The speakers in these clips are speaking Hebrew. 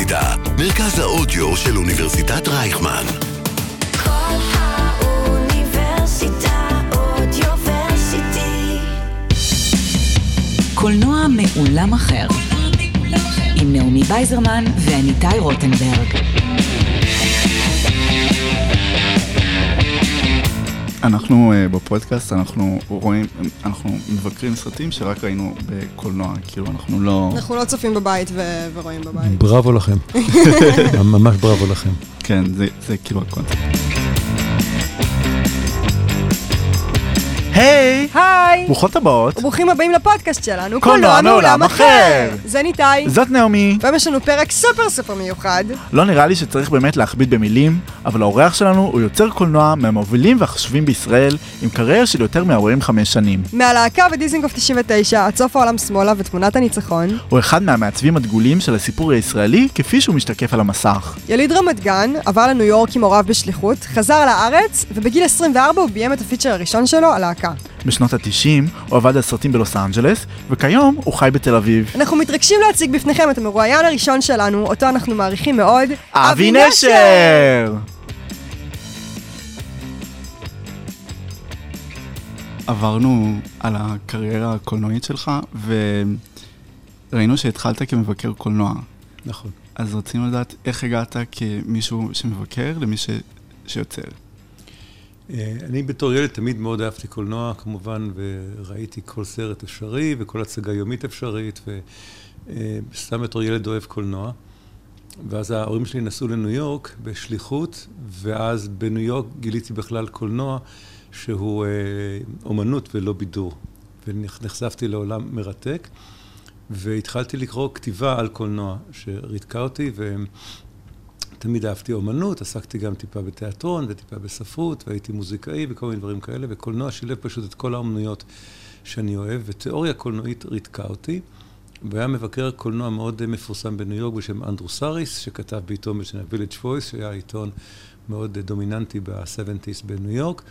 האוניברסיטה, מרכז האודיו של אוניברסיטת רייכמן. כל האוניברסיטה אודיוורסיטי. קולנוע מעולם אחר, עם נעמי בייזרמן ואניטאי רוטנברג. אנחנו בפודקאסט, אנחנו מבקרים סרטים שרק ראינו בקולנוע, כאילו אנחנו לא צופים בבית ורואים בבית. בראבו לכם. ממש בראבו לכם. כן, זה כאילו הקונטקסט. היי! היי! ברוכות הבאות. וברוכים הבאים לפודקאסט שלנו, קולנוע מעולם אחר. זה ניטאי. זאת נעמי. והיום יש לנו פרק סופר מיוחד. לא נראה לי שצריך באמת להכביד במילים, אבל האורח שלנו הוא יוצר קולנוע מהמובילים והחשובים בישראל, עם קריירה של יותר מ-45 שנים. מהלהקה ודיזינגוף 99, עד סוף העולם שמאלה ותמונת הניצחון. הוא אחד מהמעצבים הדגולים של הסיפור הישראלי, כפי שהוא משתקף על המסך. יליד רמת גן, עבר לניו יורק עם הוריו בשליחות, חזר לארץ, ובגיל 24 הוא ביים את הפיצ'ר הראשון שלו על להקה. בשנות ה-90 הוא עבד על סרטים בלוס אנג'לס, וכיום הוא חי בתל אביב. אנחנו מתרגשים להציג בפניכם את המרואיין הראשון שלנו, אותו אנחנו מעריכים מאוד, אבי נשר! עברנו על הקריירה הקולנועית שלך, וראינו שהתחלת כמבקר קולנוע. נכון. אז רצינו לדעת איך הגעת כמישהו שמבקר למי שיוצר. אני בתור ילד תמיד מאוד אהבתי קולנוע, כמובן, וראיתי כל סרט אפשרי, וכל הצגה יומית אפשרית, וסתם בתור ילד אוהב קולנוע. ואז ההורים שלי נסעו לניו יורק בשליחות, ואז בניו יורק גיליתי בכלל קולנוע, שהוא אומנות ולא בידור. ונחשפתי לעולם מרתק, והתחלתי לקרוא כתיבה על קולנוע, שריתקה אותי, תמיד אהבתי אומנות, עסקתי גם טיפה בתיאטרון וטיפה בספרות, והייתי מוזיקאי וכל מיני דברים כאלה, וקולנוע שילב פשוט את כל האומנויות שאני אוהב, ותיאוריה קולנועית ריתקה אותי, והיה מבקר קולנוע מאוד מפורסם בניו יורק בשם אנדרו סאריס, שכתב בעיתון בשם הווילג' וויס, שהיה עיתון מאוד דומיננטי ב-70s בניו יורק,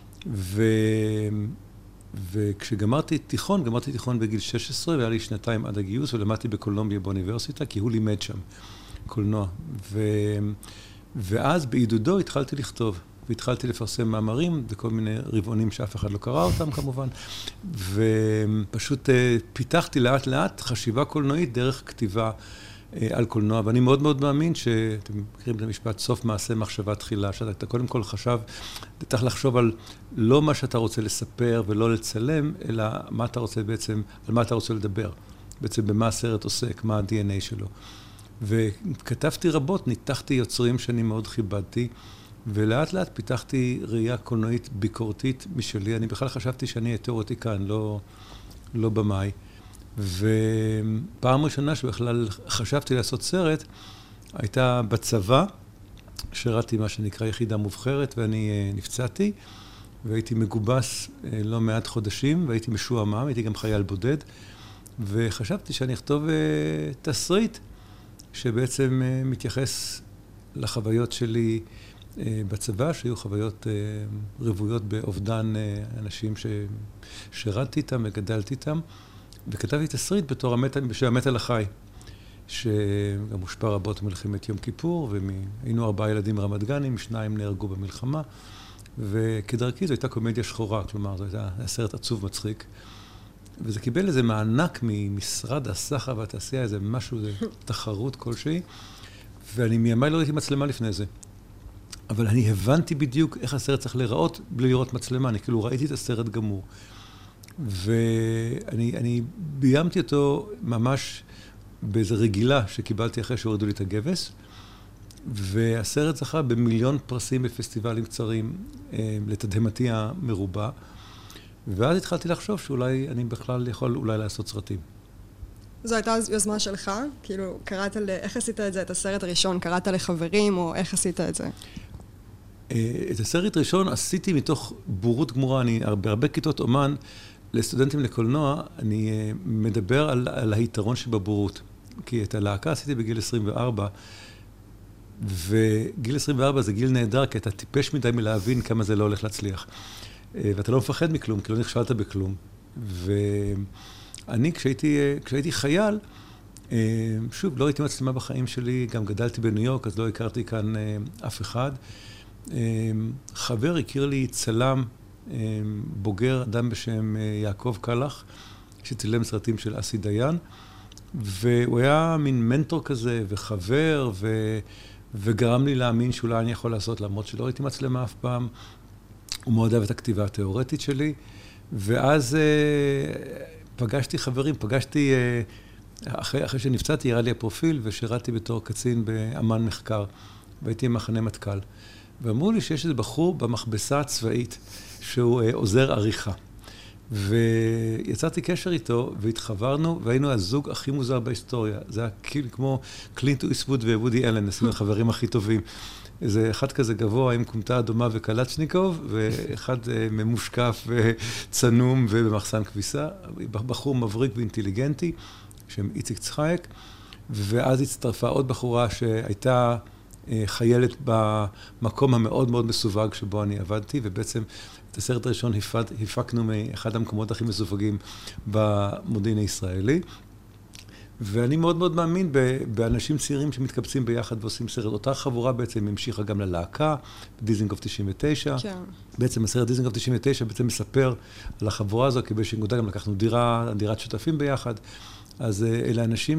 וכשגמרתי תיכון בגיל 16, והיה לי 2 עד הגיוס, ולמדתי בקולומביה באוניברסיטה, כי הוא לימד שם קולנוע. ואז בעידודו התחלתי לכתוב, והתחלתי לפרסם מאמרים, וכל מיני רבעונים שאף אחד לא קרא אותם כמובן, ופשוט פיתחתי לאט לאט חשיבה קולנועית דרך כתיבה על קולנוע, ואני מאוד מאוד מאמין שאתם מכירים את המשפט, סוף מעשה מחשבה תחילה, שאתה קודם כל צריך לחשוב על לא מה שאתה רוצה לספר ולא לצלם, אלא מה אתה רוצה בעצם, על מה אתה רוצה לדבר, בעצם במה הסרט עוסק, מה ה-DNA שלו. וכתבתי רבות, ניתחתי יוצרים שאני מאוד כיבדתי, ולאט לאט פיתחתי ראייה קולנועית ביקורתית משלי. אני בכלל חשבתי שאני אהיה תיאורטיקן, לא במאי. ופעם ראשונה שבכלל חשבתי לעשות סרט, הייתה בצבא, שירתי מה שנקרא יחידה מובחרת, ואני נפצעתי, והייתי מגובס לא מעט חודשים, והייתי משועמם, הייתי גם חייל בודד, וחשבתי שאני אכתוב תסריט, שבעצם מתייחס לחוויות שלי בצבא, שהיו חוויות רבויות באובדן אנשים ששירתתי איתם וגדלתי איתם, וכתבתי תסריט בתור המת על החי, שגם הושפע רבות מלחמת יום כיפור, והיינו 4 ילדים רמת גנים, 2 נהרגו במלחמה, וכדרכי זו הייתה קומדיה שחורה, כלומר זו הייתה סרט עצוב מצחיק, וזה קיבל איזה מענק ממשרד הסחר והתעשייה, איזה משהו, איזה תחרות כלשהי, ואני מימיי לא ראיתי מצלמה לפני זה. אבל אני הבנתי בדיוק איך הסרט צריך להיראות בלי לראות מצלמה, אני כאילו ראיתי את הסרט גמור. ואני ביימתי אותו ממש באיזו רגילה שקיבלתי אחרי שהורידו לי את הגבס, והסרט זכה ב1,000,000 פרסים בפסטיבלים קצרים, לתדהמתי המרובה, ואז התחלתי לחשוב שאולי אני בכלל יכול אולי לעשות סרטים. זו הייתה יוזמה שלך? כאילו, איך עשית את זה? את הסרט הראשון, קראת לחברים, או איך עשית את זה? את הסרט הראשון עשיתי מתוך בורות גמורה. אני בהרבה כיתות אומן, לסטודנטים לקולנוע, אני מדבר על היתרון שבבורות. כי את הלהקה עשיתי בגיל 24, וגיל 24 זה גיל נהדר, כי אתה טיפש מדי מלהבין כמה זה לא הולך להצליח. ואתה לא מפחד מכלום, כי לא נכשלת בכלום. ואני, כשהייתי חייל, שוב, לא ראיתי מצלמה בחיים שלי, גם גדלתי בניו יורק, אז לא הכרתי כאן אף אחד. חבר הכיר לי צלם בוגר, אדם בשם יעקב קלח, שצילם סרטים של אסי דיין, והוא היה מין מנטור כזה, וחבר, וגרם לי להאמין שאולי אני יכול לעשות, למרות שלא ראיתי מצלמה אף פעם. הוא מאוד אהב את הכתיבה התיאורטית שלי, ואז פגשתי חברים, אחרי שנפצעתי, ירד לי הפרופיל, ושירתי בתור קצין באמן מחקר, והייתי במחנה מטכ"ל. ואמרו לי שיש איזה בחור במכבסה הצבאית, שהוא עוזר עריכה. ויצרתי קשר איתו, והתחברנו, והיינו הזוג הכי מוזר בהיסטוריה. זה היה כאילו כמו קלינט איסטווד ווודי אלן, עשינו החברים הכי טובים. איזה אחד כזה גבוה עם קומטה אדומה וקלצ'ניקוב, ואחד ממושקף וצנום ובמחסן כביסה. בחור מבריק ואינטליגנטי, שם איציק צחייק, ואז הצטרפה עוד בחורה שהייתה חיילת במקום המאוד מאוד מסווג שבו אני עבדתי, ובעצם את הסרט הראשון הפקנו מאחד המקומות הכי מסווגים במודיעין הישראלי. ואני מאוד מאוד מאמין באנשים צעירים שמתקבצים ביחד ועושים סרט. אותה חבורה בעצם המשיכה גם ללהקה, דיזינגוף 99. כן. בעצם הסרט דיזינגוף 99 בעצם מספר על החבורה הזו, כי בשנגודה גם לקחנו דירת שותפים ביחד. אז אלה אנשים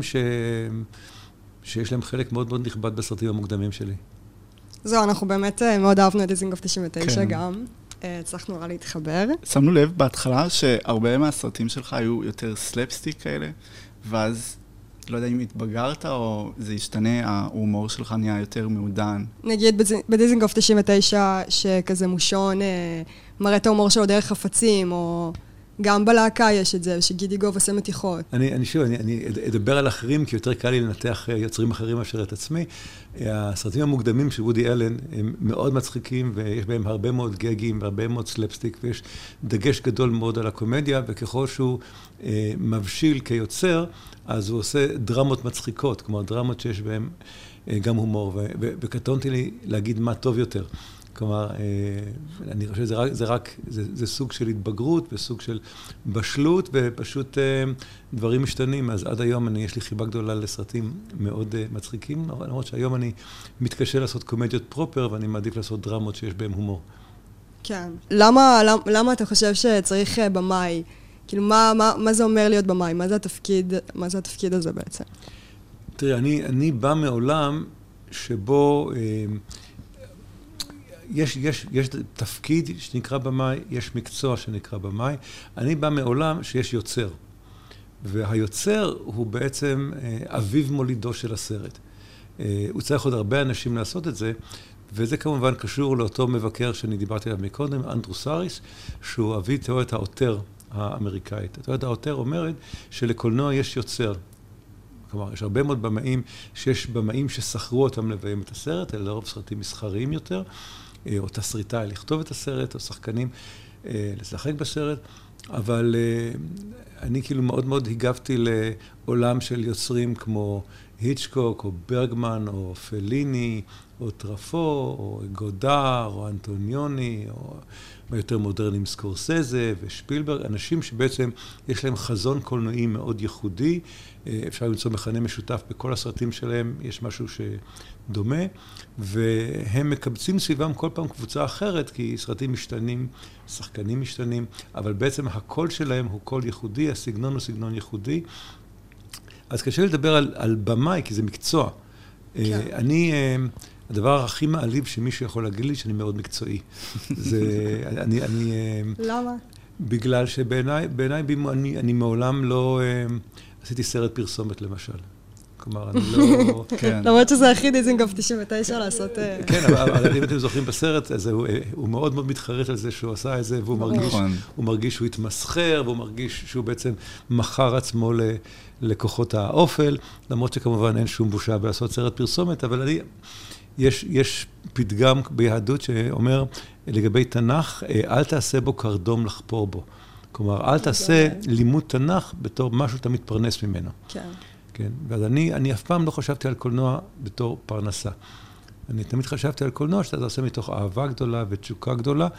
שיש להם חלק מאוד מאוד נכבד בסרטים המוקדמים שלי. זהו, אנחנו באמת מאוד אהבנו את דיזינגוף 99 כן. גם. הצלחנו נורא להתחבר. שמנו לב בהתחלה שהרבה מהסרטים שלך היו יותר סלפסטיק כאלה, ואז לא יודע אם התבגרת או זה ישתנה, ההומור שלך נהיה יותר מעודן. נגיד בדיזינגוף 99 שכזה מושון מראה את ההומור שלו דרך חפצים, או גם בלהקה יש את זה, שגידי גוב עושה מתיחות. אני אדבר על אחרים, כי יותר קל לי לנתח יוצרים אחרים מאשר את עצמי. הסרטים המוקדמים של וודי אלן הם מאוד מצחיקים, ויש בהם הרבה מאוד גגים והרבה מאוד סלפסטיק, ויש דגש גדול מאוד על הקומדיה, וככל שהוא מבשיל כיוצר, אז הוא עושה דרמות מצחיקות, כמו דרמות שיש בהם גם הומור, וקטונתי לי להגיד מה טוב יותר. כלומר, אני חושב שזה סוג של התבגרות וסוג של בשלות, ופשוט דברים משתנים. אז עד היום יש לי חיבה גדולה לסרטים מאוד מצחיקים, למרות שהיום אני מתקשה לעשות קומדיות פרופר, ואני מעדיף לעשות דרמות שיש בהם הומור. כן. למה אתה חושב שצריך במאי? כאילו, מה זה אומר להיות במאי? מה זה התפקיד הזה בעצם? תראה, אני בא מעולם שבו יש תפקיד שנקרא במאי, יש מקצוע שנקרא במאי. אני בא מעולם שיש יוצר. והיוצר הוא בעצם אביו מולידו של הסרט. הוא צריך עוד הרבה אנשים לעשות את זה, וזה כמובן קשור לאותו מבקר שאני דיברתי עליו מקודם, אנדרו סאריס, שהוא אבי תיאוריית האוטר האמריקאית. תיאוריית האוטר אומרת שלקולנוע יש יוצר. כלומר, יש הרבה מאוד במאים, שיש במאים ששכרו אותם לביים את הסרט, אלה לרוב סרטים מסחריים יותר, או תסריטאי לכתוב את הסרט, או שחקנים לשחק בסרט, אבל אני כאילו מאוד מאוד הגבתי לעולם של יוצרים כמו היצ'קוק, או ברגמן, או פליני, או טרפו, או גודר, או אנטוניוני, או יותר מודרנים סקורסזה ושפילברג, אנשים שבעצם יש להם חזון קולנועי מאוד ייחודי, אפשר למצוא מכנה משותף בכל הסרטים שלהם, יש משהו שדומה, והם מקבצים סביבם כל פעם קבוצה אחרת, כי סרטים משתנים, שחקנים משתנים, אבל בעצם הקול שלהם הוא קול ייחודי, הסגנון הוא סגנון ייחודי. אז קשה לדבר על במאי, כי זה מקצוע. אני, הדבר הכי מעליב שמישהו יכול להגיד לי, שאני מאוד מקצועי. למה? בגלל שבעיניי, אני מעולם לא עשיתי סרט פרסומת למשל. כלומר, אני לא... למרות שזה הכי דיזינגוף 99 לעשות... כן, אבל אם אתם זוכרים בסרט, הוא מאוד מאוד מתחרט על זה שהוא עשה את זה, והוא מרגיש שהוא התמסחר, והוא מרגיש שהוא בעצם מכר עצמו לכוחות האופל, למרות שכמובן אין שום בושה בעשות סרט פרסומת, אבל יש פתגם ביהדות שאומר לגבי תנ"ך, אל תעשה בו קרדום לחפור בו. כלומר, אל תעשה לימוד תנ"ך בתור משהו שאתה מתפרנס ממנו. כן. כן, ואז אני אף פעם לא חשבתי על קולנוע בתור פרנסה. אני תמיד חשבתי על קולנוע שאתה עושה מתוך אהבה גדולה ותשוקה גדולה,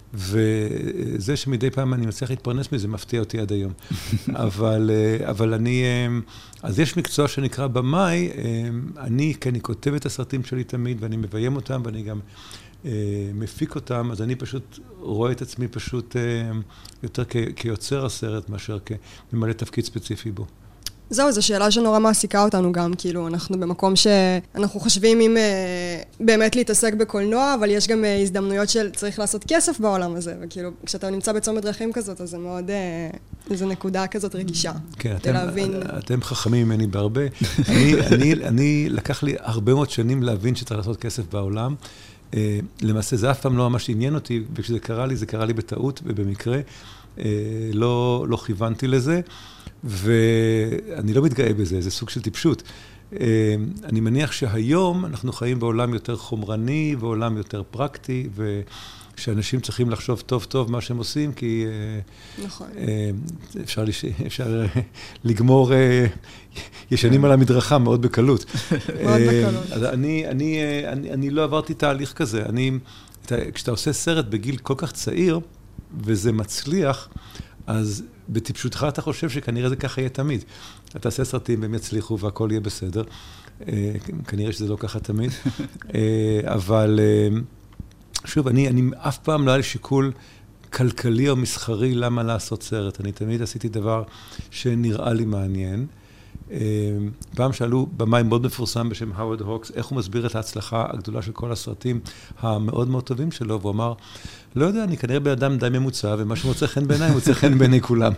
וזה שמדי פעם אני מצליח להתפרנס מזה, מפתיע אותי עד היום. אבל אני, אז יש מקצוע שנקרא במאי, כי אני כותב את הסרטים שלי תמיד, ואני מביים אותם, ואני גם מפיק אותם, אז אני פשוט רואה את עצמי פשוט יותר כיוצר הסרט, מאשר כממלא תפקיד ספציפי בו. זהו, זו שאלה שנורא מעסיקה אותנו גם, כאילו, אנחנו במקום שאנחנו חושבים אם באמת להתעסק בקולנוע, אבל יש גם הזדמנויות של צריך לעשות כסף בעולם הזה, וכאילו, כשאתה נמצא בצומת דרכים כזאת, אז זה מאוד, איזו נקודה כזאת רגישה. כן, אתם חכמים ממני בהרבה. אני לקח לי הרבה מאוד שנים להבין שצריך לעשות כסף בעולם. למעשה, זה אף פעם לא ממש עניין אותי, וכשזה קרה לי, זה קרה לי בטעות ובמקרה. לא כיוונתי לזה. ואני לא מתגאה בזה, זה סוג של טיפשות. אני מניח שהיום אנחנו חיים בעולם יותר חומרני, ועולם יותר פרקטי, ושאנשים צריכים לחשוב טוב מה שהם עושים, כי נכון. אפשר לגמור ישנים על המדרכה מאוד בקלות. מאוד בקלות. אז אני לא עברתי תהליך כזה. כשאתה עושה סרט בגיל כל כך צעיר, וזה מצליח, אז בטיפשותך אתה חושב שכנראה זה ככה יהיה תמיד. אתה תעשה סרטים והם יצליחו והכל יהיה בסדר. כנראה שזה לא ככה תמיד. אבל שוב, אני אף פעם לא היה לי שיקול כלכלי או מסחרי למה לעשות סרט. אני תמיד עשיתי דבר שנראה לי מעניין. פעם שאלו במאי מאוד מפורסם בשם הווארד הוקס, איך הוא מסביר את ההצלחה הגדולה של כל הסרטים המאוד מאוד טובים שלו, והוא אמר, לא יודע, אני כנראה באדם די ממוצע, ומה שמוצא חן בעיניי, מוצא חן בעיני כולם.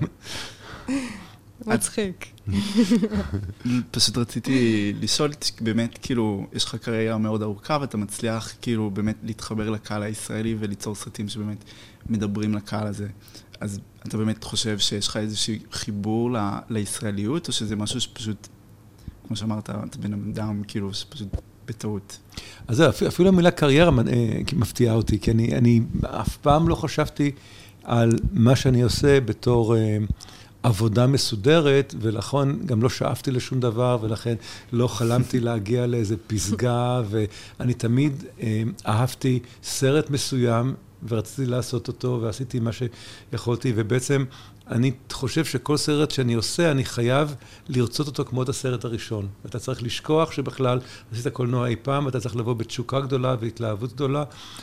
מצחיק. פשוט רציתי לשאול, באמת, כאילו, יש לך קריירה מאוד ארוכה, ואתה מצליח, כאילו, באמת להתחבר לקהל הישראלי וליצור סרטים שבאמת מדברים לקהל הזה. אז אתה באמת חושב שיש לך איזשהו חיבור לישראליות, או שזה משהו שפשוט, כמו שאמרת, אתה בן אדם, כאילו, שפשוט בטעות? אז זה, אפילו המילה קריירה מפתיעה אותי, כי אני אף פעם לא חשבתי על מה שאני עושה בתור עבודה מסודרת, ולכן גם לא שאפתי לשום דבר, ולכן לא חלמתי להגיע לאיזה פסגה, ואני תמיד אהבתי סרט מסוים, ורציתי לעשות אותו, ועשיתי מה שיכולתי, ובעצם אני חושב שכל סרט שאני עושה, אני חייב לרצות אותו כמו את הסרט הראשון. אתה צריך לשכוח שבכלל עשית קולנוע אי פעם, ואתה צריך לבוא בתשוקה גדולה והתלהבות גדולה,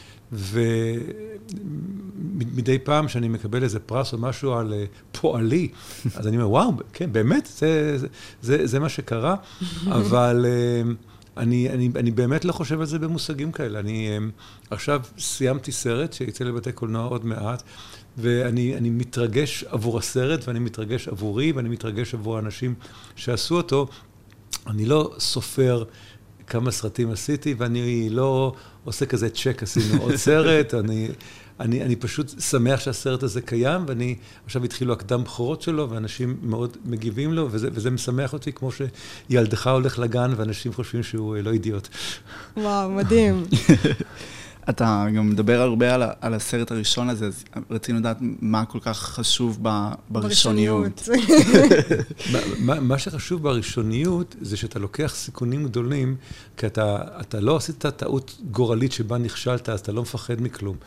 ומדי פעם שאני מקבל איזה פרס או משהו על פועלי, אז אני אומר, וואו, כן, באמת, זה מה שקרה, אבל אני באמת לא חושב על זה במושגים כאלה. אני עכשיו סיימתי סרט שיצא לבתי קולנוע עוד מעט, ואני מתרגש עבור הסרט, ואני מתרגש עבורי, ואני מתרגש עבור האנשים שעשו אותו. אני לא סופר כמה סרטים עשיתי, ואני לא עושה כזה צ'ק, עשינו עוד סרט, אני פשוט שמח שהסרט הזה קיים, ואני עכשיו התחילו הקדם בחורות שלו, ואנשים מאוד מגיבים לו, וזה משמח אותי כמו שילדך הולך לגן, ואנשים חושבים שהוא לא אידיוט. וואו, מדהים. אתה גם מדבר הרבה על הסרט הראשון הזה, אז רצינו לדעת מה כל כך חשוב בראשוניות. מה שחשוב בראשוניות זה שאתה לוקח סיכונים גדולים, כי אתה לא עשית טעות גורלית שבה נכשלת, אז אתה לא מפחד מכלום.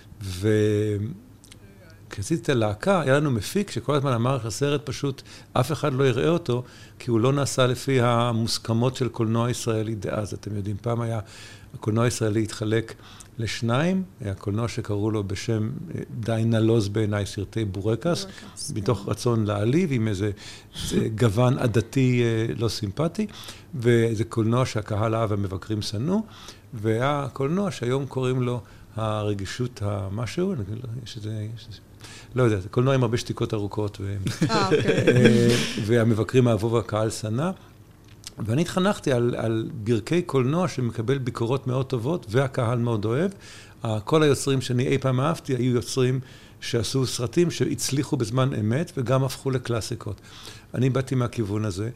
וכשעשיתי את הלהקה, היה לנו מפיק שכל הזמן אמר שהסרט פשוט, אף אחד לא יראה אותו, כי הוא לא נעשה לפי המוסכמות של קולנוע ישראלי דאז. אתם יודעים, פעם היה, הקולנוע הישראלי התחלק לשניים, היה קולנוע שקראו לו בשם די נלוז בעיניי, סרטי בורקס, מתוך רצון להעליב, עם איזה גוון עדתי לא סימפטי, וזה קולנוע שהקהל אהב והמבקרים שנאו, והיה קולנוע שהיום קוראים לו הרגישות המשהו, לא יודע, זה קולנוע עם הרבה שתיקות ארוכות, והמבקרים אהבו והקהל שנא, ואני התחנכתי על ברכי קולנוע שמקבל ביקורות מאוד טובות, והקהל מאוד אוהב. כל היוצרים שאני אי פעם אהבתי, היו יוצרים שעשו סרטים שהצליחו בזמן אמת, וגם הפכו לקלאסיקות. אני באתי מהכיוון הזה,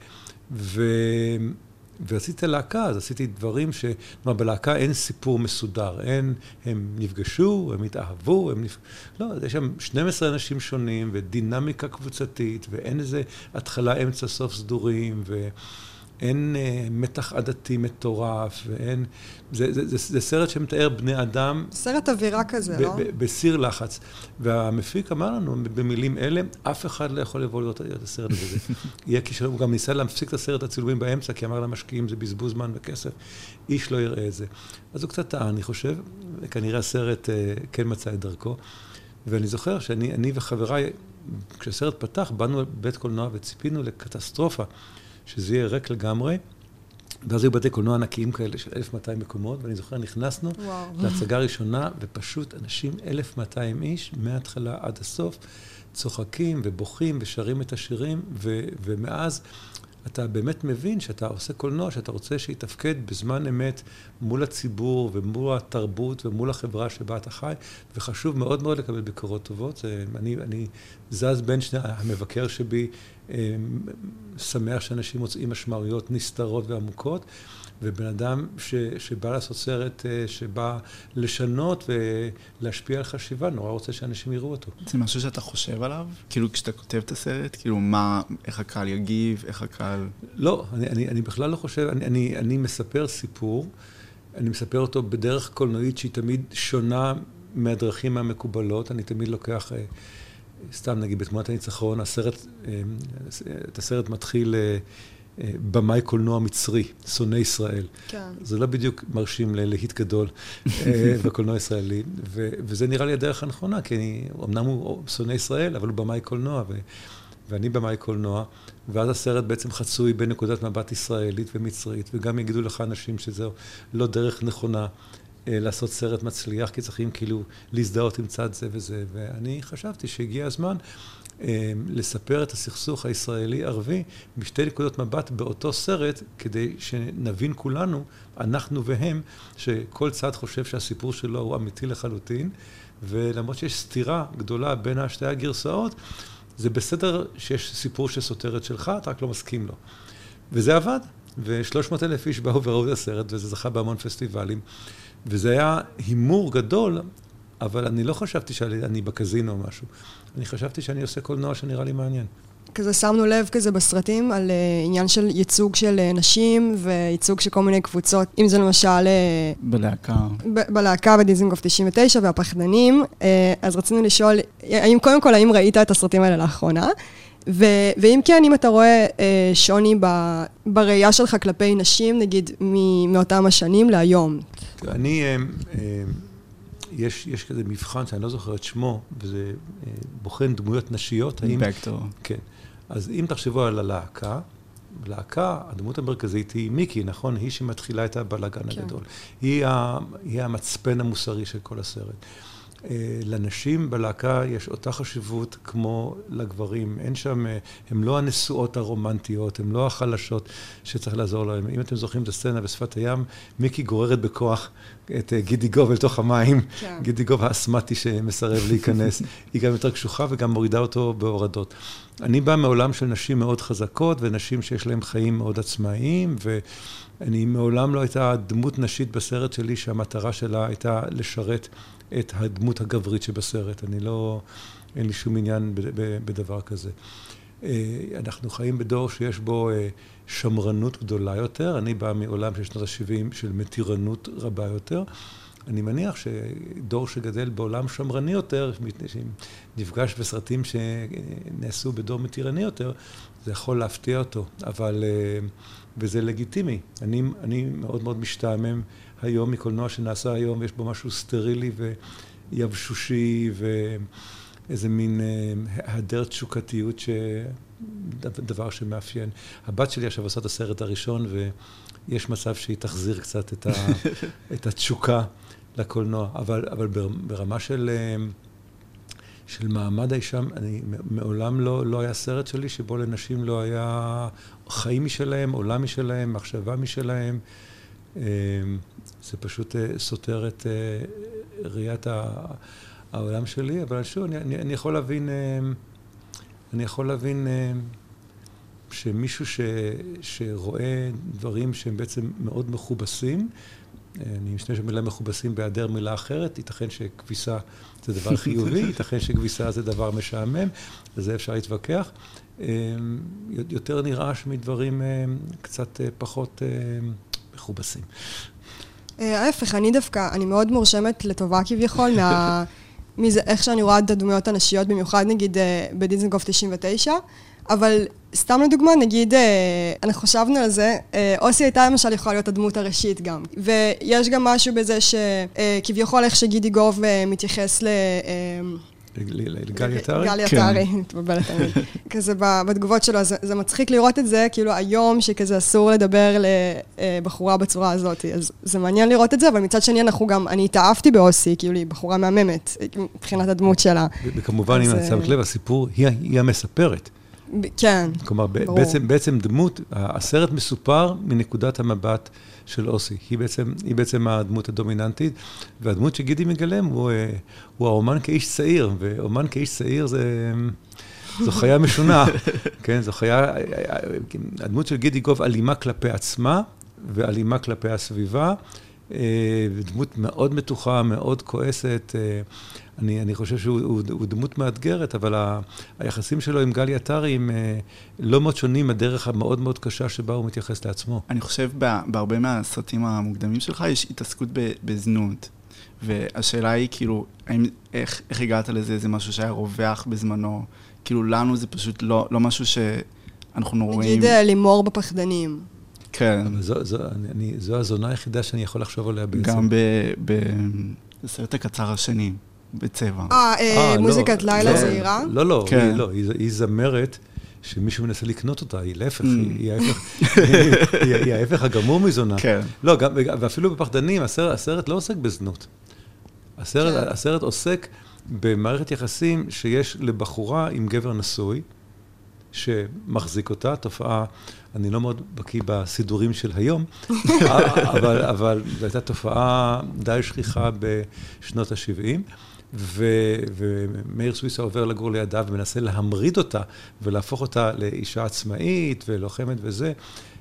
ועשיתי להקה, אז עשיתי דברים בלהקה אין סיפור מסודר, הם נפגשו, הם התאהבו, לא, יש שם 12 אנשים שונים, ודינמיקה קבוצתית, ואין איזה התחלה, אמצע, סוף סדורים, אין מתח עדתי מטורף, ואין... זה סרט שמתאר בני אדם... סרט אווירה כזה, לא? בסיר לחץ. והמפיק אמר לנו, במילים אלה, אף אחד לא יכול לבוא לראות את הסרט הזה. יהיה כישלון, הוא גם ניסה להפסיק את הסרט הצילומים באמצע, כי אמר למשקיעים, זה בזבוז זמן וכסף. איש לא יראה את זה. אז הוא קצת טעה, אני חושב, וכנראה הסרט כן מצא את דרכו. ואני זוכר שאני וחבריי, כשהסרט פתח, באנו לבית קולנוע וציפינו לקטסטרופה. שזה יהיה ריק לגמרי, ואז היו בתי קולנוע ענקיים כאלה של 1,200 מקומות, ואני זוכר, נכנסנו להצגה ראשונה, ופשוט אנשים, 1,200 איש, מההתחלה עד הסוף, צוחקים ובוכים ושרים את השירים, ומאז אתה באמת מבין שאתה עושה קולנוע, שאתה רוצה שיתפקד בזמן אמת מול הציבור ומול התרבות ומול החברה שבה אתה חי, וחשוב מאוד מאוד לקבל ביקורות טובות. אני זז בין שני, המבקר שבי שמח שאנשים מוצאים משמעויות נסתרות ועמוקות, ובן אדם שבא לעשות סרט, שבא לשנות ולהשפיע על חשיבה, נורא רוצה שאנשים יראו אותו. זה משהו שאתה חושב עליו? כאילו כשאתה כותב את הסרט, כאילו איך הקהל יגיב, איך הקהל... לא, אני בכלל לא חושב, אני מספר סיפור, אני מספר אותו בדרך קולנועית שהיא תמיד שונה מהדרכים המקובלות, אני תמיד לוקח, סתם נגיד בתמונת הניצחון, את הסרט מתחיל... במאי קולנוע מצרי, שונא ישראל. כן. זה לא בדיוק מרשים להיט גדול בקולנוע ישראלי, וזה נראה לי הדרך הנכונה, כי אמנם הוא שונא ישראל, אבל הוא במאי קולנוע, ואני במאי קולנוע, ואז הסרט בעצם חצוי בין נקודת מבט ישראלית ומצרית, וגם יגידו לך אנשים שזהו לא דרך נכונה לעשות סרט מצליח, כי צריכים כאילו להזדהות עם צד זה וזה, ואני חשבתי שהגיע הזמן לספר את הסכסוך הישראלי-ערבי בשתי נקודות מבט באותו סרט, כדי שנבין כולנו, אנחנו והם, שכל צד חושב שהסיפור שלו הוא אמיתי לחלוטין, ולמרות שיש סתירה גדולה בין שתי הגרסאות, זה בסדר שיש סיפור שסותר את שלך, אתה רק לא מסכים לו. וזה עבד, ו300,000 איש באו וראו את הסרט, וזה זכה בהמון פסטיבלים, וזה היה הימור גדול, אבל אני לא חשבתי שאני בקזינו או משהו. אני חשבתי שאני עושה קולנוע שנראה לי מעניין. כזה שמנו לב כזה בסרטים על עניין של ייצוג של נשים וייצוג של כל מיני קבוצות, אם זה למשל... בלהקה בדיזינגוף 99 והפחדנים. אז רצינו לשאול, קודם כל, האם ראית את הסרטים האלה לאחרונה? ואם כן, אם אתה רואה שוני בראייה שלך כלפי נשים, נגיד, מאותם השנים להיום. אני... יש כזה מבחן שאני לא זוכר את שמו, וזה בוחן דמויות נשיות. בקטור. כן. אז אם תחשבו על הלהקה, הדמות המרכזית היא מיקי, נכון? היא שמתחילה את הבלגן הגדול. היא המצפן המוסרי של כל הסרט. לנשים בלהקה יש אותה חשיבות כמו לגברים. אין שם, הם לא הנשואות הרומנטיות, הם לא החלשות שצריך לעזור להם. אם אתם זוכרים את הסצנה בשפת הים, מיקי גוררת בכוח את גידי גוב אל תוך המים. כן. גידי גוב האסמטי שמסרב להיכנס. היא גם יותר קשוחה וגם מורידה אותו בהורדות. אני בא מעולם של נשים מאוד חזקות, ונשים שיש להם חיים מאוד עצמאיים, ואני מעולם לא הייתה דמות נשית בסרט שלי, שהמטרה שלה הייתה לשרת את הדמות הגברית שבסרט. אין לי שום עניין בדבר כזה. אנחנו חיים בדור שיש בו שמרנות גדולה יותר. אני בא מעולם של שנות ה-70 של מתירנות רבה יותר. אני מניח שדור שגדל בעולם שמרני יותר, שנפגש בסרטים שנעשו בדור מתירני יותר, זה יכול להפתיע אותו. וזה לגיטימי. אני מאוד מאוד משתעמם היום מקולנוע שנעשה היום, ויש בו משהו סטרילי ויבשושי, ואיזה מין היעדר תשוקתיות, דבר שמאפיין. הבת שלי עכשיו עושה את הסרט הראשון, ויש מצב שהיא תחזיר קצת את התשוקה לקולנוע. אבל ברמה של מעמד האישה, מעולם לא היה סרט שלי שבו לנשים לא היה חיים משלהם, עולם משלהם, מחשבה משלהם. זה פשוט סותר את ראיית העולם שלי, אבל שוב, אני יכול להבין שמישהו שרואה דברים שהם בעצם מאוד מכובסים, אני משתמש במילה מכובסים בהיעדר מילה אחרת, ייתכן שכביסה זה דבר חיובי, ייתכן שכביסה זה דבר משעמם, וזה אפשר להתווכח. יותר נרעש מדברים קצת פחות מכובסים. ההפך, אני מאוד מורשמת לטובה כביכול, איך שאני רואה את הדמויות הנשיות, במיוחד נגיד בדיזנגוף 99, אבל סתם לדוגמה, נגיד, אנחנו חשבנו על זה, אוסי הייתה למשל יכולה להיות הדמות הראשית גם, ויש גם משהו בזה שכביכול איך שגידי גוב מתייחס לגלי עטרי? גלי עטרי, מתבלבלת תמיד. כזה בתגובות שלו, זה מצחיק לראות את זה, כאילו היום שכזה אסור לדבר לבחורה בצורה הזאת, אז זה מעניין לראות את זה, אבל מצד שני אני התאהבתי באוסי, כאילו היא בחורה מהממת, מבחינת הדמות שלה. וכמובן, אם את שמת לב, הסיפור היא המספרת. כן, כלומר, בעצם דמות, הסרט מסופר מנקודת המבט של אוסי. היא בעצם הדמות הדומיננטית, והדמות שגידי מגלם הוא האומן כאיש צעיר, ואומן כאיש צעיר זו חיה משונה, כן? זו חיה, הדמות של גידי גוב אלימה כלפי עצמה, ואלימה כלפי הסביבה, דמות מאוד מתוחה, מאוד כועסת, אני חושב שהוא דמות מאתגרת, אבל היחסים שלו עם גלי עטרי הם לא מאוד שונים מהדרך המאוד מאוד קשה שבה הוא מתייחס לעצמו. אני חושב בהרבה מהסרטים המוקדמים שלך יש התעסקות בזנות, והשאלה היא כאילו, איך הגעת לזה? זה משהו שהיה רווח בזמנו? כאילו לנו זה פשוט לא משהו שאנחנו רואים. נגיד לימור בפחדנים. כן. זו הזונה היחידה שאני יכול לחשוב עליה בעצם. גם בסרט הקצר השני. בצבע. מוזיקת לילה זהירה? לא, היא זמרת שמישהו מנסה לקנות אותה, היא להפך, היא ההפך הגמור מזונה. לא, ואפילו בפחדנים, הסרט לא עוסק בזנות. הסרט עוסק במערכת יחסים שיש לבחורה עם גבר נשוי, שמחזיק אותה, תופעה, אני לא מאוד בקיא בסידורים של היום, אבל זו הייתה תופעה די שכיחה בשנות ה-70, ומאיר סוויסה עובר לגור לידה ומנסה להמריד אותה ולהפוך אותה לאישה עצמאית ולוחמת וזה,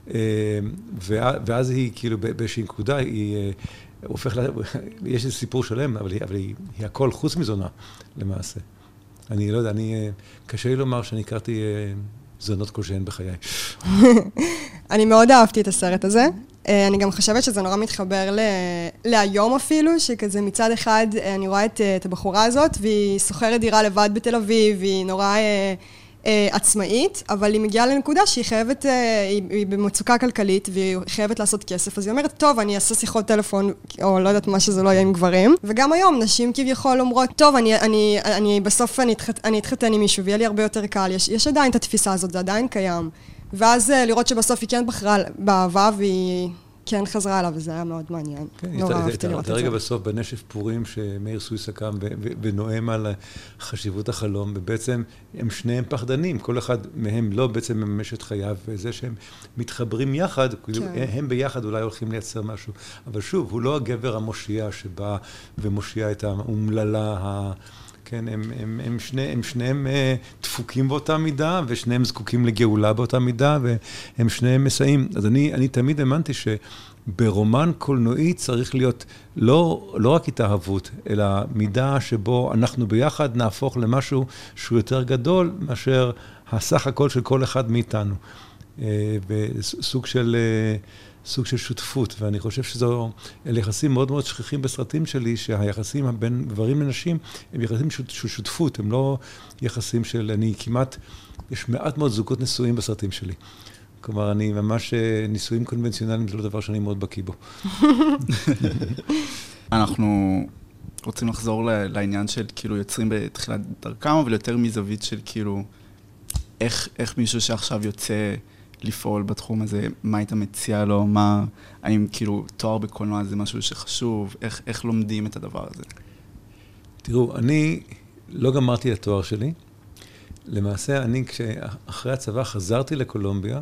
ואז היא כאילו באיזושהי נקודה, היא הופך, יש איזה סיפור שלם, אבל היא הכל חוץ מזונה למעשה. אני לא יודע, קשה לי לומר שאני הכרתי זונות כלשהן בחיי. אני מאוד אהבתי את הסרט הזה. אני גם חושבת שזה נורא מתחבר להיום אפילו, שכזה מצד אחד אני רואה את הבחורה הזאת, והיא סוחרת דירה לבד בתל אביב, והיא נורא עצמאית, אבל היא מגיעה לנקודה שהיא חייבת, היא במצוקה כלכלית, והיא חייבת לעשות כסף, אז היא אומרת, טוב, אני אעשה שיחות טלפון, או לא יודעת מה שזה לא יהיה עם גברים, וגם היום נשים כביכול אומרות, טוב, בסוף אני אתחתן עם מישהו, ויהיה לי הרבה יותר קל, יש עדיין את התפיסה הזאת, זה עדיין קיים, ואז לראות שבסוף היא כן בחרה באהבה, והיא כן חזרה עליו, וזה היה מאוד מעניין. נורא אהבתי לראות את זה. הרגע בסוף בנשף פורים שמאיר סוויסה קם ונואם על חשיבות החלום, ובעצם הם שניהם פחדנים, כל אחד מהם לא בעצם מממש את חייו, וזה שהם מתחברים יחד, הם ביחד אולי הולכים לייצר משהו, אבל שוב, הוא לא הגבר המושיע שבא ומושיע את האומללה, כן, הם שניהם דפוקים באותה מידה, ושניהם זקוקים לגאולה באותה מידה, והם שניהם מסייעים. אז אני תמיד האמנתי שברומן קולנועי צריך להיות לא רק התאהבות, אלא מידה שבו אנחנו ביחד נהפוך למשהו שהוא יותר גדול, מאשר הסך הכל של כל אחד מאיתנו. בסוג של שותפות, ואני חושב שזו יחסים מאוד מאוד שכיחים בסרטים שלי, שהיחסים בין גברים לנשים הם יחסים של שותפות, הם לא יחסים של, יש מעט מאוד זוגות נשואים בסרטים שלי. כלומר, אני ממש, נישואים קונבנציונליים זה לא דבר שאני מאוד בקיא בו. אנחנו רוצים לחזור לעניין של כאילו יוצרים בתחילת דרכם, אבל יותר מזווית של כאילו, איך מישהו שעכשיו יוצא לפעול בתחום הזה, מה היית מציע לו, האם כאילו תואר בקולנוע זה משהו שחשוב, איך לומדים את הדבר הזה? תראו, אני לא גמרתי את התואר שלי, למעשה אחרי הצבא חזרתי לקולומביה,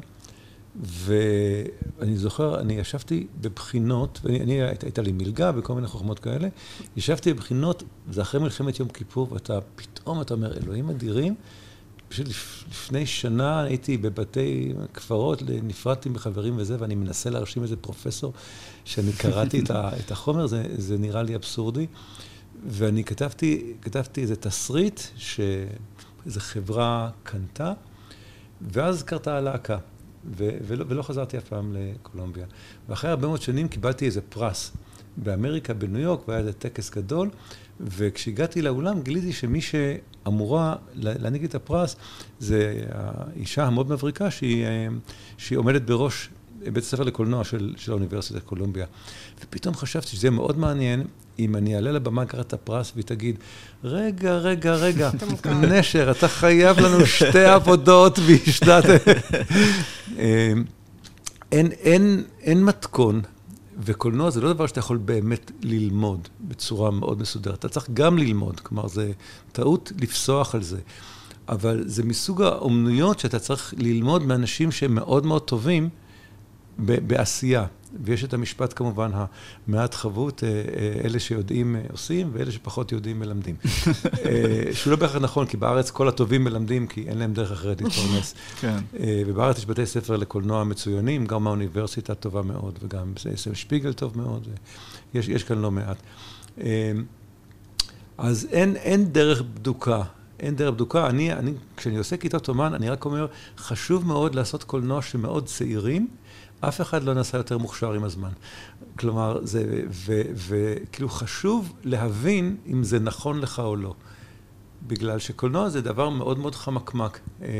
ואני זוכר, אני ישבתי בבחינות, הייתה לי מלגה וכל מיני חוכמות כאלה, ישבתי בבחינות, זה אחרי מלחמת יום כיפור, ואתה פתאום, אתה אומר, אלוהים אדירים, פשוט לפני שנה הייתי בבתי כפרות, נפרדתי בחברים וזה, ואני מנסה להרשים איזה פרופסור, שאני קראתי את החומר, זה נראה לי אבסורדי, ואני כתבתי איזה תסריט, שאיזו חברה קנתה, ואז קרתה הלהקה, ולא חזרתי אף פעם לקולומביה. ואחרי הרבה מאוד שנים קיבלתי איזה פרס באמריקה, בניו יורק, והיה איזה טקס גדול, וכשהגעתי לאולם גיליתי שמי שאמורה להעניק את הפרס, זה האישה המאוד מבריקה שהיא עומדת בראש בית הספר לקולנוע של האוניברסיטת קולומביה. ופתאום חשבתי שזה מאוד מעניין אם אני אעלה לבמה לקחת את הפרס והיא תגיד, רגע, נשר, אתה חייב לנו 2 עבודות והשתת... אין מתכון, וקולנוע זה לא דבר שאתה יכול באמת ללמוד בצורה מאוד מסודרת. אתה צריך גם ללמוד, כלומר, זה טעות לפסוח על זה. אבל זה מסוג האומנויות שאתה צריך ללמוד מאנשים שהם מאוד מאוד טובים בעשייה. ויש את המשפט כמובן, המעט חבות, אלה שיודעים עושים, ואלה שפחות יודעים מלמדים. שהוא לא בהכרח נכון, כי בארץ כל הטובים מלמדים, כי אין להם דרך אחרת להתפרנס. כן. ובארץ יש בתי ספר לקולנוע מצוינים, גם האוניברסיטה טובה מאוד, וגם שפיגל טוב מאוד, יש כאן לא מעט. אז אין דרך בדוקה. אין דרך בדוקה. כשאני עושה כיתות אומן, אני רק אומר, חשוב מאוד לעשות קולנוע שמאוד צעירים, אף אחד לא נעשה יותר מוכשר עם הזמן. כלומר, וכאילו חשוב להבין אם זה נכון לך או לא. בגלל שקולנוע זה דבר מאוד מאוד חמקמק.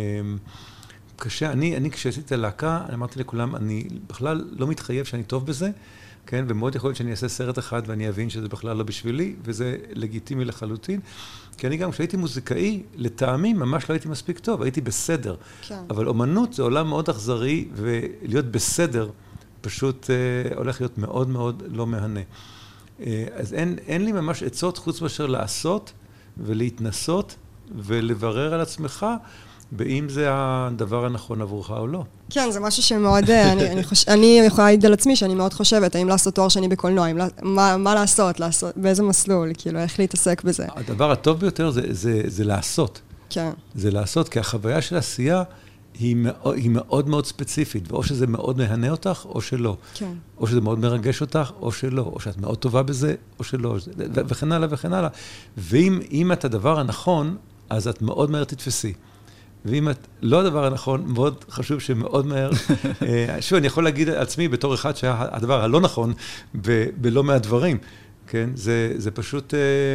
קשה, אני כשעשיתי את הלהקה, אני אמרתי לכולם, אני בכלל לא מתחייב שאני טוב בזה, כן? ומאוד יכול להיות שאני אעשה סרט אחד ואני אבין שזה בכלל לא בשבילי, וזה לגיטימי לחלוטין. כי אני גם כשהייתי מוזיקאי, לטעמי ממש לא הייתי מספיק טוב, הייתי בסדר. כן. אבל אומנות זה עולם מאוד אכזרי, ולהיות בסדר פשוט הולך להיות מאוד מאוד לא מהנה. אז אין לי ממש עצות חוץ מאשר לעשות ולהתנסות ולברר על עצמך, באם זה הדבר הנכון עבורך או לא. כן, זה משהו שמאוד, אני יכולה להגיד על עצמי שאני מאוד חושבת, האם לעשות תואר שני בקולנוע, מה לעשות, באיזה מסלול, כאילו, איך להתעסק בזה. הדבר הטוב ביותר זה לעשות. כן. זה לעשות, כי החוויה של עשייה היא מאוד מאוד ספציפית, ואו שזה מאוד מהנה אותך, או שלא. כן. או שזה מאוד מרגש אותך, או שלא. או שאת מאוד טובה בזה, או שלא. וכן הלאה וכן הלאה. ואם את הדבר הנכון, אז את מאוד מהר תתפסי. ואם את לא הדבר הנכון, מאוד חשוב שמאוד מהר, שוב, אני יכול להגיד על עצמי בתור אחד שהדבר הלא נכון, בלא מהדברים, כן? זה פשוט,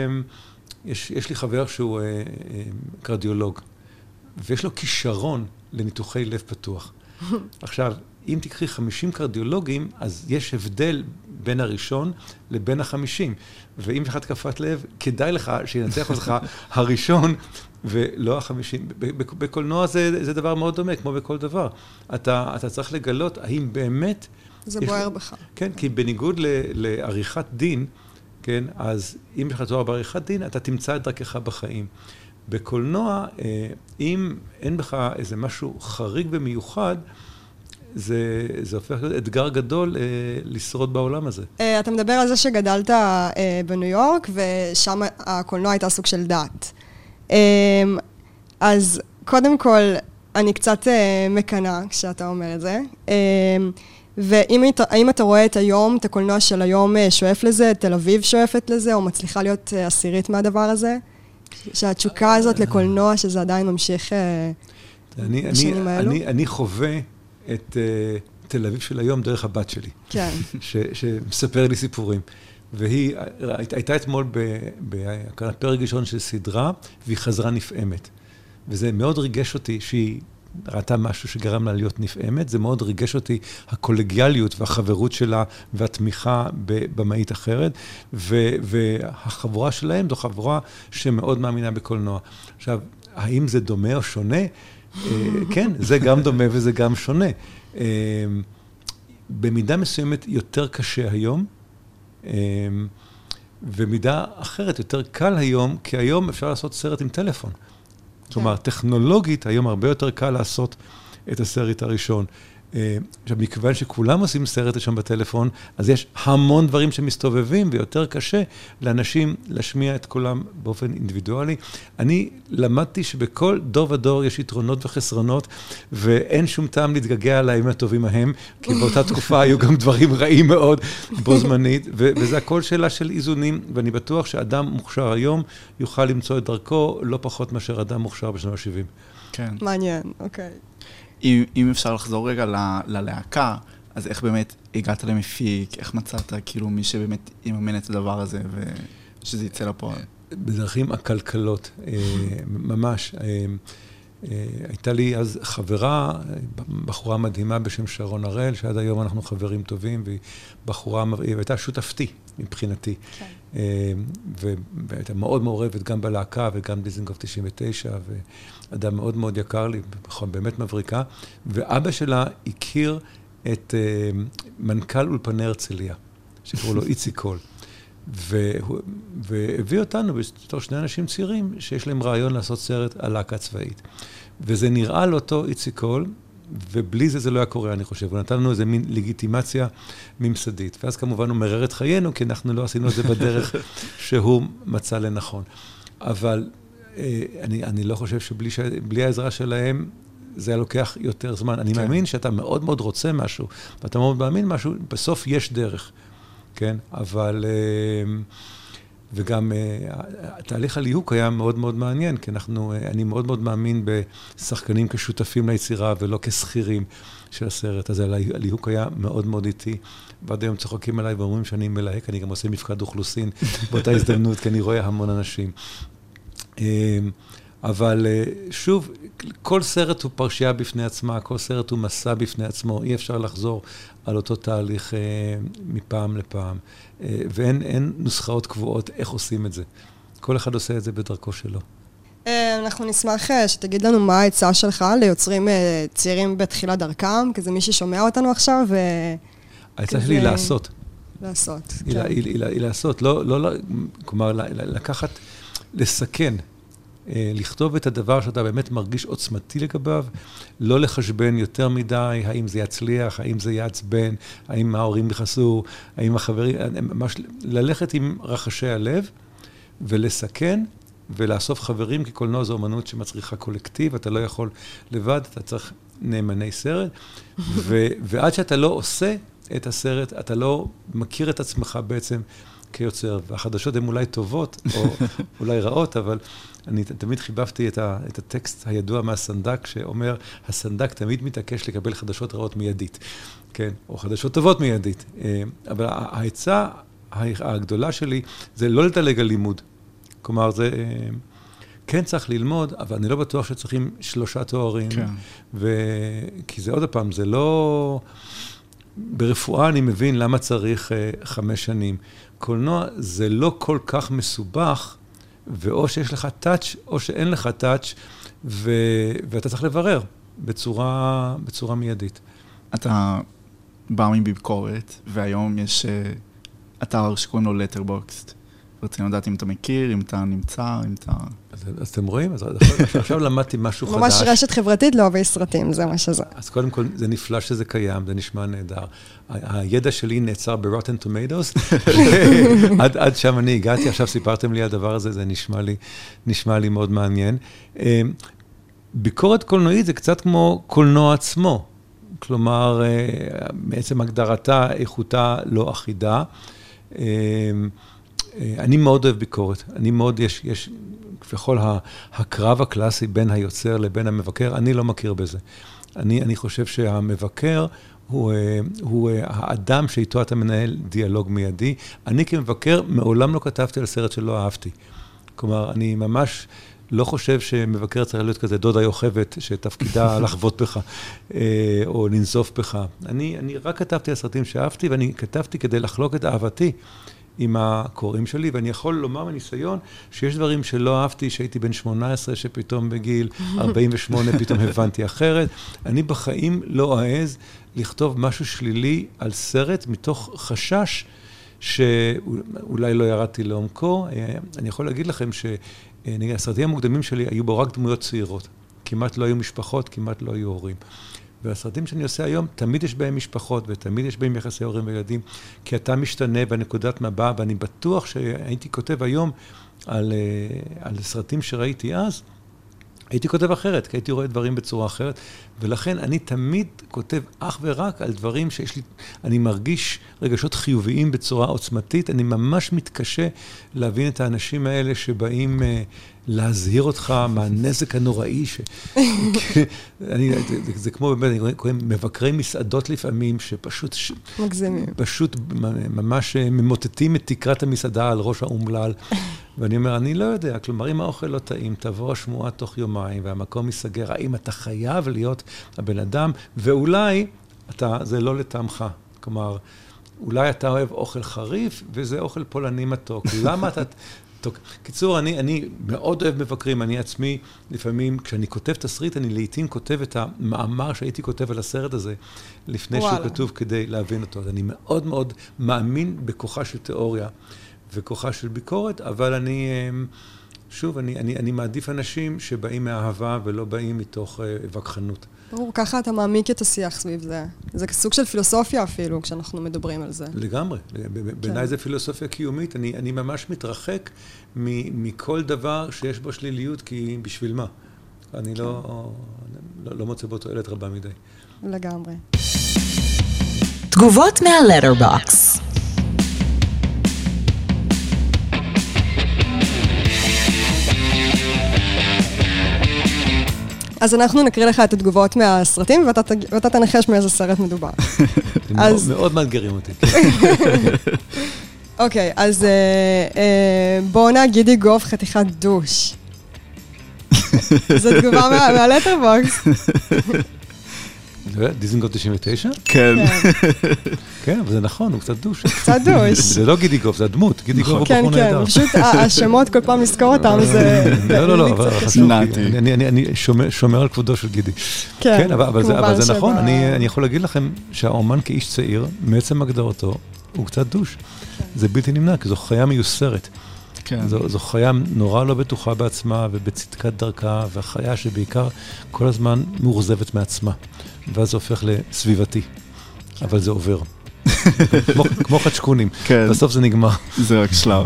יש לי חבר שהוא קרדיולוג, ויש לו כישרון לניתוחי לב פתוח. עכשיו, אם תקחי 50 קרדיולוגים, אז יש הבדל בין הראשון לבין ה-50. ואם יש לך התקפת לב, כדאי לך שינצח אותך הראשון ולא ה-50. בקולנוע זה דבר מאוד דומה, כמו בכל דבר. אתה צריך לגלות האם באמת... זה בוער בך. כן, כי בניגוד לעריכת דין, כן, אז אם יש לך תואר בעריכת דין, אתה תמצא את דרכך בחיים. בקולנוע, אם אין בך איזה משהו חריג ומיוחד, זה הופך להיות אתגר גדול לשרוד בעולם הזה. אתה מדבר על זה שגדלת בניו יורק, ושם הקולנוע הייתה סוג של דת. אז קודם כל, אני קצת מקנה כשאתה אומר את זה. והאם אתה רואה את היום, את הקולנוע של היום שואף לזה, תל אביב שואפת לזה, או מצליחה להיות עשירית מהדבר הזה? שהתשוקה הזאת לקולנוע, שזה עדיין ממשיך בשנים האלו? אני חווה את תל אביב של היום דרך הבת שלי. כן. שמספר לי סיפורים. והיא הייתה אתמול בפרק ראשון של סדרה, והיא חזרה נפעמת. וזה מאוד ריגש אותי שהיא ראתה משהו שגרם לה להיות נפעמת. זה מאוד ריגש אותי הקולגיאליות והחברות שלה והתמיכה במאית אחרת. והחבורה שלהם זו חברה שמאוד מאמינה בקולנוע. עכשיו, האם זה דומה או שונה? כן, זה גם דומה וזה גם שונה. במידה מסוימת יותר קשה היום, ומידה אחרת יותר קל היום, כי היום אפשר לעשות סרט עם טלפון. כלומר, טכנולוגית היום הרבה יותר קל לעשות את הסרט הראשון. עכשיו, מכיוון שכולם עושים סרט שם בטלפון, אז יש המון דברים שמסתובבים, ויותר קשה לאנשים להשמיע את קולם באופן אינדיבידואלי. אני למדתי שבכל דור ודור יש יתרונות וחסרונות, ואין שום טעם להתגעגע על הימים הטובים ההם, כי באותה תקופה היו גם דברים רעים מאוד בו זמנית, וזה הכל שאלה של איזונים, ואני בטוח שאדם מוכשר היום יוכל למצוא את דרכו לא פחות מאשר אדם מוכשר בשנות ה-70. כן. מעניין, אוקיי. אם אפשר לחזור רגע ללהקה, אז איך באמת הגעת למפיק, איך מצאת כאילו מי שבאמת יממן את הדבר הזה ושזה יצא לפועל? בדרכים הכלכלות, ממש. הייתה לי אז חברה, בחורה מדהימה בשם שרון הראל, שעד היום אנחנו חברים טובים, והיא בחורה, היא הייתה שותפתי מבחינתי. והייתה מאוד מעורבת גם בלהקה וגם דיזנגוף 99, ואדם מאוד מאוד יקר לי, באמת מבריקה. ואבא שלה הכיר את מנכ"ל אולפני הרצליה, שקראו לו איציק קול. והביא אותנו בתור שני אנשים צעירים שיש להם רעיון לעשות סרט על להקה צבאית. וזה נראה לאותו איציק קול, ובלי זה לא היה קורה, אני חושב. הוא נתן לנו איזו מין לגיטימציה ממסדית. ואז כמובן הוא מרר את חיינו, כי אנחנו לא עשינו את זה בדרך שהוא מצא לנכון. אבל אני לא חושב שבלי העזרה שלהם, זה היה לוקח יותר זמן. אני מאמין שאתה מאוד מאוד רוצה משהו, ואתה מאוד מאמין משהו, בסוף יש דרך. כן, אבל, וגם התהליך הליהוק היה מאוד מאוד מעניין, כי אני מאוד מאוד מאמין בשחקנים כשותפים ליצירה ולא כשכירים של הסרט, אז הליהוק היה מאוד מאוד איטי, ועד היום צוחקים עליי ואומרים שאני מלהק, אני גם עושה מפקד אוכלוסין באותה הזדמנות, כי אני רואה המון אנשים. אבל שוב, כל סרט הוא פרשייה בפני עצמה, כל סרט הוא מסע בפני עצמו, אי אפשר לחזור על אותו תהליך מפעם לפעם, ואין נוסחאות קבועות איך עושים את זה. כל אחד עושה את זה בדרכו שלו. אנחנו נשמח שתגיד לנו מה העצה שלך ליוצרים צעירים בתחילת דרכם, כי זה מי ששומע אותנו עכשיו, העצה שלי היא לעשות. לעשות, כן. היא לעשות, כלומר, לקחת, לסכן. לכתוב את הדבר שאתה באמת מרגיש עוצמתי לגביו, לא לחשבן יותר מדי, האם זה יצליח, האם זה יעצבן, האם ההורים יכעסו, האם החברים, ממש ללכת עם רחשי הלב, ולסכן, ולאסוף חברים, כי קולנוע זו אומנות שמצריכה קולקטיב, אתה לא יכול לבד, אתה צריך נאמני סרט, ועד שאתה לא עושה את הסרט, אתה לא מכיר את עצמך בעצם כיוצר, והחדשות הן אולי טובות, או אולי רעות, אבל אני תמיד חיבבתי את הטקסט הידוע מהסנדק, שאומר, הסנדק תמיד מתעקש לקבל חדשות רעות מיידית, כן? או חדשות טובות מיידית. אבל העצה הגדולה שלי, זה לא לדלג על לימוד. כלומר, זה כן צריך ללמוד, אבל אני לא בטוח שצריכים 3 תוארים. כן. כי זה עוד הפעם, זה לא... ברפואה אני מבין למה צריך 5 שנים. קולנוע זה לא כל כך מסובך, ואו שיש לך טאץ' או שאין לך טאץ', ואתה צריך לברר בצורה מיידית. אתה בא מביקורת, והיום יש אתר שקוראים לו Letterboxd. רצינו לדעת אם אתה מכיר, אם אתה נמצא, אם אתה... אז אתם רואים? אז עכשיו למדתי משהו חדש. ממש רשת חברתית לאוהבי סרטים, זה מה שזה. אז קודם כל, זה נפלא שזה קיים, זה נשמע נהדר. הידע שלי נעצר ב-Rotten Tomatoes, עד שם אני הגעתי, עכשיו סיפרתם לי הדבר הזה, זה נשמע לי מאוד מעניין. ביקורת קולנועית זה קצת כמו קולנוע עצמו, כלומר, בעצם הגדרתה, איכותה לא אחידה. אני מאוד אוהב ביקורת, אני מאוד, יש ככל הקרב הקלאסי בין היוצר לבין המבקר, אני לא מכיר בזה. אני חושב שהמבקר הוא האדם שאיתו אתה מנהל דיאלוג מיידי. אני כמבקר מעולם לא כתבתי על סרט שלא אהבתי. כלומר, אני ממש לא חושב שמבקר צריך להיות כזה דודה יוכבת שתפקידה לחוות בך או לנזוף בך. אני רק כתבתי על סרטים שאהבתי, ואני כתבתי כדי לחלוק את אהבתי עם הקוראים שלי, ואני יכול לומר מניסיון שיש דברים שלא אהבתי, שהייתי בן 18, שפתאום בגיל 48 פתאום הבנתי אחרת. אני בחיים לא אעז לכתוב משהו שלילי על סרט, מתוך חשש שאולי לא ירדתי לעומקו. אני יכול להגיד לכם שהסרטים המוקדמים שלי היו בו רק דמויות צעירות. כמעט לא היו משפחות, כמעט לא היו הורים. והסרטים שאני עושה היום, תמיד יש בהם משפחות, ותמיד יש בהם יחסי הורים וילדים, כי אתה משתנה בנקודת מבט, ואני בטוח שהייתי כותב היום על סרטים שראיתי אז, הייתי כותב אחרת, כי הייתי רואה דברים בצורה אחרת, ולכן אני תמיד כותב אך ורק על דברים שיש לי, אני מרגיש רגשות חיוביים בצורה עוצמתית, אני ממש מתקשה להבין את האנשים האלה שבאים להזהיר אותך מהנזק הנוראי זה כמו באמת, אני קוראים מבקרי מסעדות לפעמים, שפשוט... מגזימים. פשוט ממש ממוטטים את תקרת המסעדה על ראש האומלל. ואני אומר, אני לא יודע, כלומר, אם האוכל לא טעים, תבוא השמועה תוך יומיים, והמקום ייסגר, האם אתה חייב להיות הבן אדם, ואולי זה לא לטעמך. כלומר, אולי אתה אוהב אוכל חריף, וזה אוכל פולני מתוק. למה אתה... קיצור, אני מאוד אוהב מבקרים, אני עצמי, לפעמים, כשאני כותב תסריט, אני לעתים כותב את המאמר שהייתי כותב על הסרט הזה, לפני שהוא כתוב כדי להבין אותו. אני מאוד מאוד מאמין בכוחה של תיאוריה, וכוחה של ביקורת, אבל אני מעדיף אנשים שבאים מאהבה, ולא באים מתוך וכחנות. ברור, ככה אתה מעמיק את השיח סביב זה. זה סוג של פילוסופיה אפילו, כשאנחנו מדברים על זה. לגמרי. בעיניי זה פילוסופיה קיומית. אני ממש מתרחק מכל דבר שיש בו שליליות, כי בשביל מה? אני לא מוצא בו תועלת רבה מדי. לגמרי. תגובות מהלטרבוקס. אז אנחנו נקריא לך את התגובות מהסרטים, ואתה תנחש מאיזה סרט מדובר. מאוד מאתגרים אותי. אוקיי, אז בואנה גידי גוף חתיכת דוש. זו תגובה מהלטרבוקס. דיזנגוף 99? כן. כן, אבל זה נכון, הוא קצת דוש. קצת דוש. זה לא גידי גוף, זה הדמות. גידי גוף הוא כן, בחור נהדר. כן, פשוט השמות כל פעם לזכור אותם, זה... לא, אבל חשוב, אני שומר על כבודו של גידי. כן, אבל זה נכון, אני יכול להגיד לכם שהאומן כאיש צעיר, מעצם הגדרתו, הוא קצת דוש. זה בלתי נמנע, כי זו חיה מיוסרת. זו חיה נורא לא בטוחה בעצמה ובצדקת דרכה, והחיה שבעיקר כל הזמן מאוכזבת מעצמה. ואז זה הופך לסביבתי. אבל זה עובר. כמו חדשקונים. בסוף זה נגמר. זה רק שלב.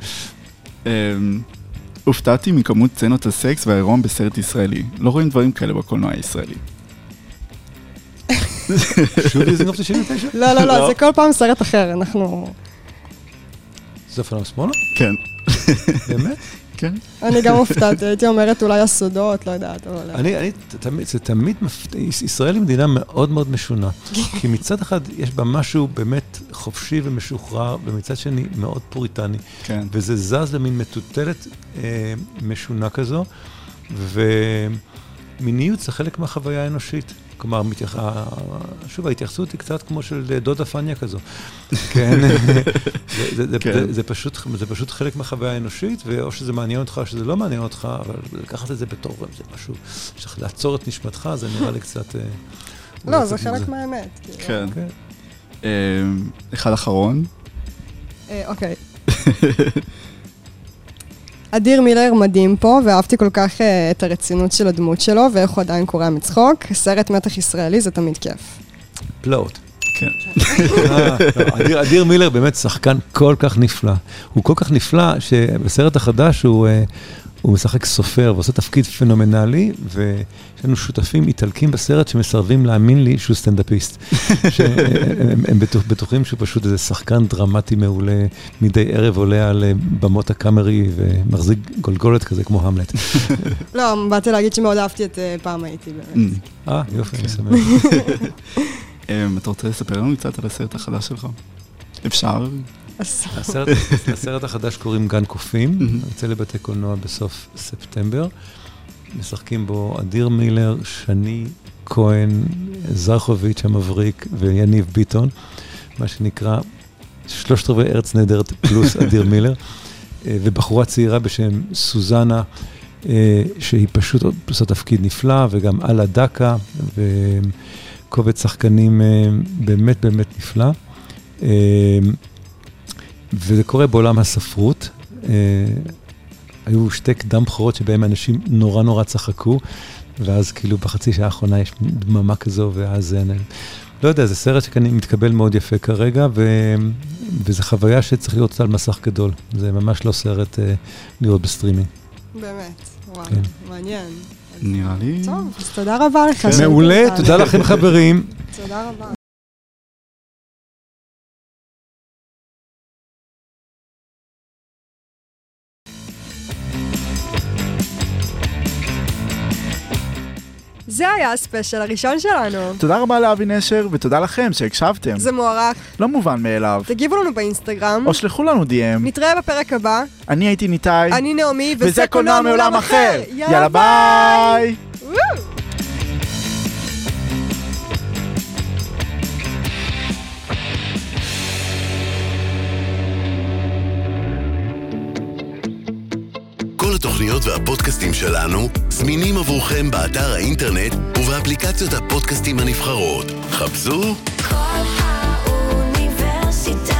הופתעתי מכמות סצנות הסקס והעירום בסרט ישראלי. לא רואים דברים כאלה בקולנוע הישראלי. שוב דיזנגוף 99? לא, זה כל פעם סרט אחר, אנחנו... זה פלם שמאלה? כן. באמת? כן. אני גם הופתעתי, הייתי אומרת אולי הסודות, לא יודעת, אבל... זה תמיד, ישראל היא מדינה מאוד מאוד משונה. כי מצד אחד יש בה משהו באמת חופשי ומשוחרר, ומצד שני מאוד פוריטני. כן. וזה זז למין מטוטלת משונה כזו, ומיניות זה חלק מהחוויה האנושית. כלומר, שוב, ההתייחסות היא קצת כמו של דודה פניה כזו. כן, זה פשוט חלק מהחוויה האנושית, ואו שזה מעניין אותך, או שזה לא מעניין אותך, אבל לקחת את זה בתור, זה משהו שצריך לעצור את נשמתך, זה נראה לי קצת... לא, זה חלק מהאמת. כן. אחד אחרון. אוקיי. אדיר מילר מדהים פה, ואהבתי כל כך את הרצינות של הדמות שלו, ואיך הוא עדיין קורא מצחוק. סרט מתח ישראלי זה תמיד כיף. פלאות. כן. אדיר מילר באמת שחקן כל כך נפלא. הוא כל כך נפלא שבסרט החדש הוא משחק סופר ועושה תפקיד פנומנלי, ויש לנו שותפים איטלקים בסרט שמסרבים להאמין לי שהוא סטנדאפיסט. שהם בטוחים שהוא פשוט איזה שחקן דרמטי מעולה, מדי ערב עולה על במות הקאמרי ומחזיק גולגולת כזה כמו המלט. לא, באתי להגיד שמאוד אהבתי את פעם הייתי באמת. יופי, אני שמח. אתה רוצה לספר לנו קצת על הסרט החדש שלך? אפשר? הסרט החדש קוראים גן קופים, יוצא לבתי קולנוע בסוף ספטמבר. משחקים בו אדיר מילר, שני כהן, זרחוביץ' המבריק ויניב ביטון, מה שנקרא 3/4 ארץ נהדרת פלוס אדיר מילר, ובחורה צעירה בשם סוזנה, שהיא פשוט עושה תפקיד נפלא, וגם אלה דקה, וקובץ שחקנים באמת באמת נפלא. וזה קורה בעולם הספרות. היו שתי קדם בחירות שבהם אנשים נורא נורא צחקו, ואז כאילו בחצי שעה האחרונה יש דממה כזו, ואז לא יודע, זה סרט שכאן מתקבל מאוד יפה כרגע, וזה חוויה שצריך להיות על מסך גדול. זה ממש לא סרט לראות בסטרימינג. באמת, וואו, כן. מעניין. נראה לי... טוב, אז תודה רבה לך. מעולה, תודה לכם חברים. תודה רבה. זה היה הספיישל הראשון שלנו. תודה רבה לאבי נשר, ותודה לכם שהקשבתם. זה מוערך. לא מובן מאליו. תגיבו לנו באינסטגרם. או שלחו לנו DM. נתראה בפרק הבא. אני הייתי ניתאי. אני נעמי, וזה קולנוע מעולם אחר. יאללה ביי! כל התוכניות והפודקאסטים שלנו זמינים עבורכם באתר האינטרנט ובאפליקציות הפודקאסטים הנבחרות. חפשו כל האוניברסיטה